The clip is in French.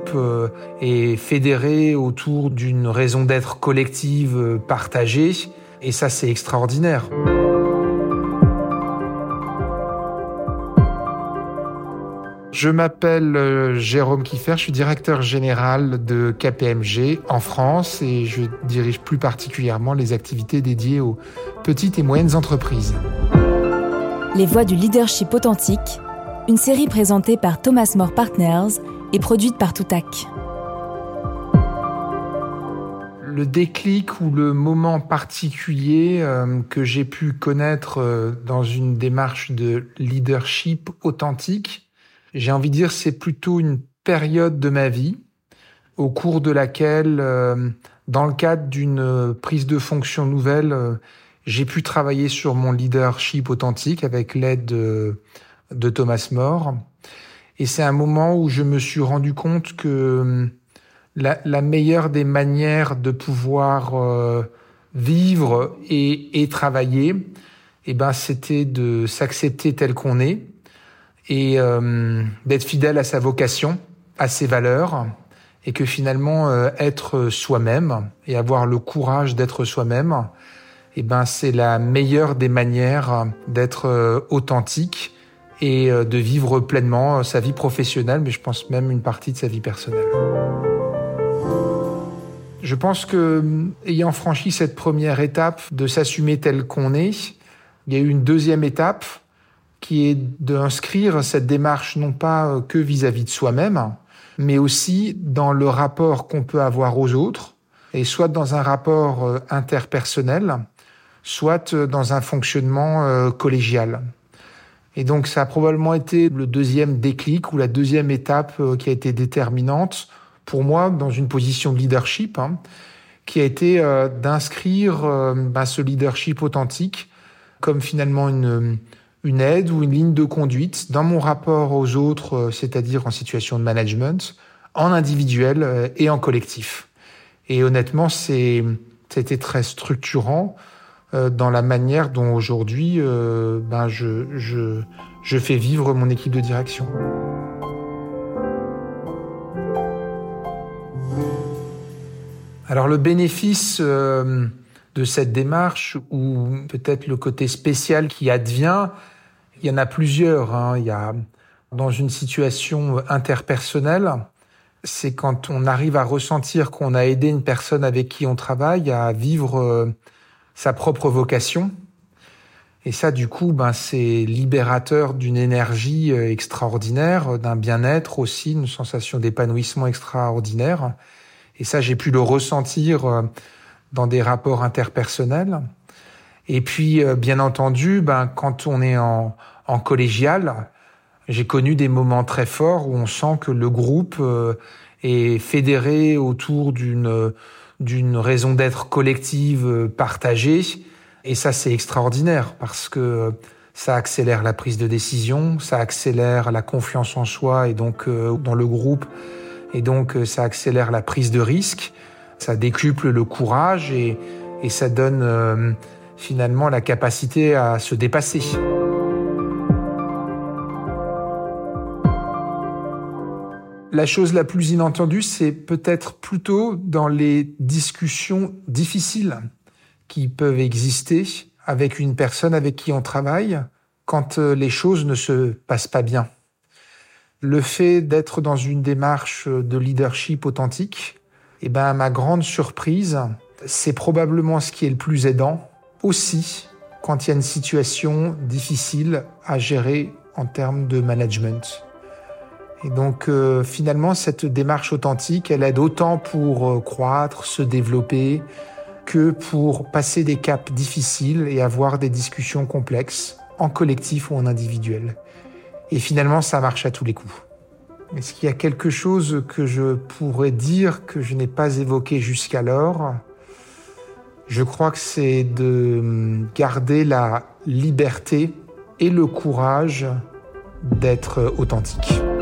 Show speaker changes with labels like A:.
A: groupe est fédéré autour d'une raison d'être collective partagée. Et ça, c'est extraordinaire. Je m'appelle Jérôme Kieffer, je suis directeur général de KPMG en France et je dirige plus particulièrement les activités dédiées aux petites et moyennes entreprises.
B: Les voix du leadership authentique, une série présentée par Thomas More Partners et produite par Toutac.
A: Le déclic ou le moment particulier que j'ai pu connaître dans une démarche de leadership authentique, j'ai envie de dire c'est plutôt une période de ma vie au cours de laquelle, dans le cadre d'une prise de fonction nouvelle, j'ai pu travailler sur mon leadership authentique avec l'aide de Thomas More. Et c'est un moment où je me suis rendu compte que la meilleure des manières de pouvoir vivre et travailler, c'était de s'accepter tel qu'on est et d'être fidèle à sa vocation, à ses valeurs, et que finalement être soi-même et avoir le courage d'être soi-même, c'est la meilleure des manières d'être authentique et de vivre pleinement sa vie professionnelle, mais je pense même une partie de sa vie personnelle. Je pense que, ayant franchi cette première étape de s'assumer tel qu'on est, il y a eu une deuxième étape qui est d'inscrire cette démarche non pas que vis-à-vis de soi-même, mais aussi dans le rapport qu'on peut avoir aux autres, et soit dans un rapport interpersonnel, soit dans un fonctionnement collégial. Et donc ça a probablement été le deuxième déclic ou la deuxième étape qui a été déterminante pour moi dans une position de leadership, qui a été d'inscrire ce leadership authentique comme finalement une aide ou une ligne de conduite dans mon rapport aux autres, c'est-à-dire en situation de management, en individuel et en collectif. Et honnêtement, c'était très structurant dans la manière dont aujourd'hui je fais vivre mon équipe de direction. Alors le bénéfice de cette démarche, ou peut-être le côté spécial qui advient, il y en a plusieurs. Il y a, dans une situation interpersonnelle, c'est quand on arrive à ressentir qu'on a aidé une personne avec qui on travaille à vivre sa propre vocation. Et ça, du coup, c'est libérateur d'une énergie extraordinaire, d'un bien-être aussi, une sensation d'épanouissement extraordinaire. Et ça, j'ai pu le ressentir dans des rapports interpersonnels. Et puis, bien entendu, quand on est en collégial, j'ai connu des moments très forts où on sent que le groupe est fédéré autour d'une raison d'être collective partagée. Et ça, c'est extraordinaire parce que ça accélère la prise de décision, ça accélère la confiance en soi et donc dans le groupe. Et donc, ça accélère la prise de risque, ça décuple le courage et ça donne finalement la capacité à se dépasser. La chose la plus inattendue, c'est peut-être plutôt dans les discussions difficiles qui peuvent exister avec une personne avec qui on travaille quand les choses ne se passent pas bien. Le fait d'être dans une démarche de leadership authentique, ma grande surprise, c'est probablement ce qui est le plus aidant aussi quand il y a une situation difficile à gérer en termes de management. Et donc finalement, cette démarche authentique, elle aide autant pour croître, se développer, que pour passer des caps difficiles et avoir des discussions complexes, en collectif ou en individuel. Et finalement, ça marche à tous les coups. Est-ce qu'il y a quelque chose que je pourrais dire que je n'ai pas évoqué jusqu'alors ? Je crois que c'est de garder la liberté et le courage d'être authentique.